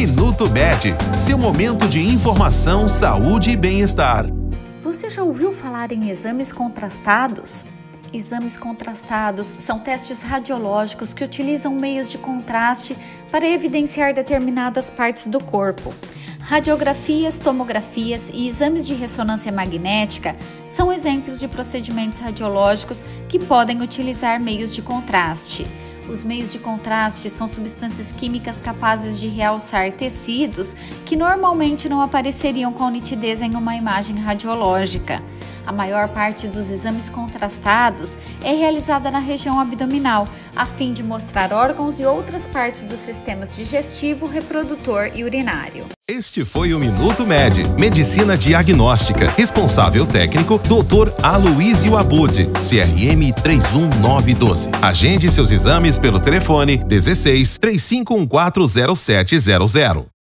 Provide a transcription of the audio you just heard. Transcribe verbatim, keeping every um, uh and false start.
Minuto Med, seu momento de informação, saúde e bem-estar. Você já ouviu falar em exames contrastados? Exames contrastados são testes radiológicos que utilizam meios de contraste para evidenciar determinadas partes do corpo. Radiografias, tomografias e exames de ressonância magnética são exemplos de procedimentos radiológicos que podem utilizar meios de contraste. Os meios de contraste são substâncias químicas capazes de realçar tecidos que normalmente não apareceriam com nitidez em uma imagem radiológica. A maior parte dos exames contrastados é realizada na região abdominal, a fim de mostrar órgãos e outras partes dos sistemas digestivo, reprodutor e urinário. Este foi o Minuto Med, Medicina Diagnóstica. Responsável técnico, doutor Aloísio Abud, C R M três um nove um dois. Agende seus exames pelo telefone dezesseis, três cinco um quatro, zero sete zero zero.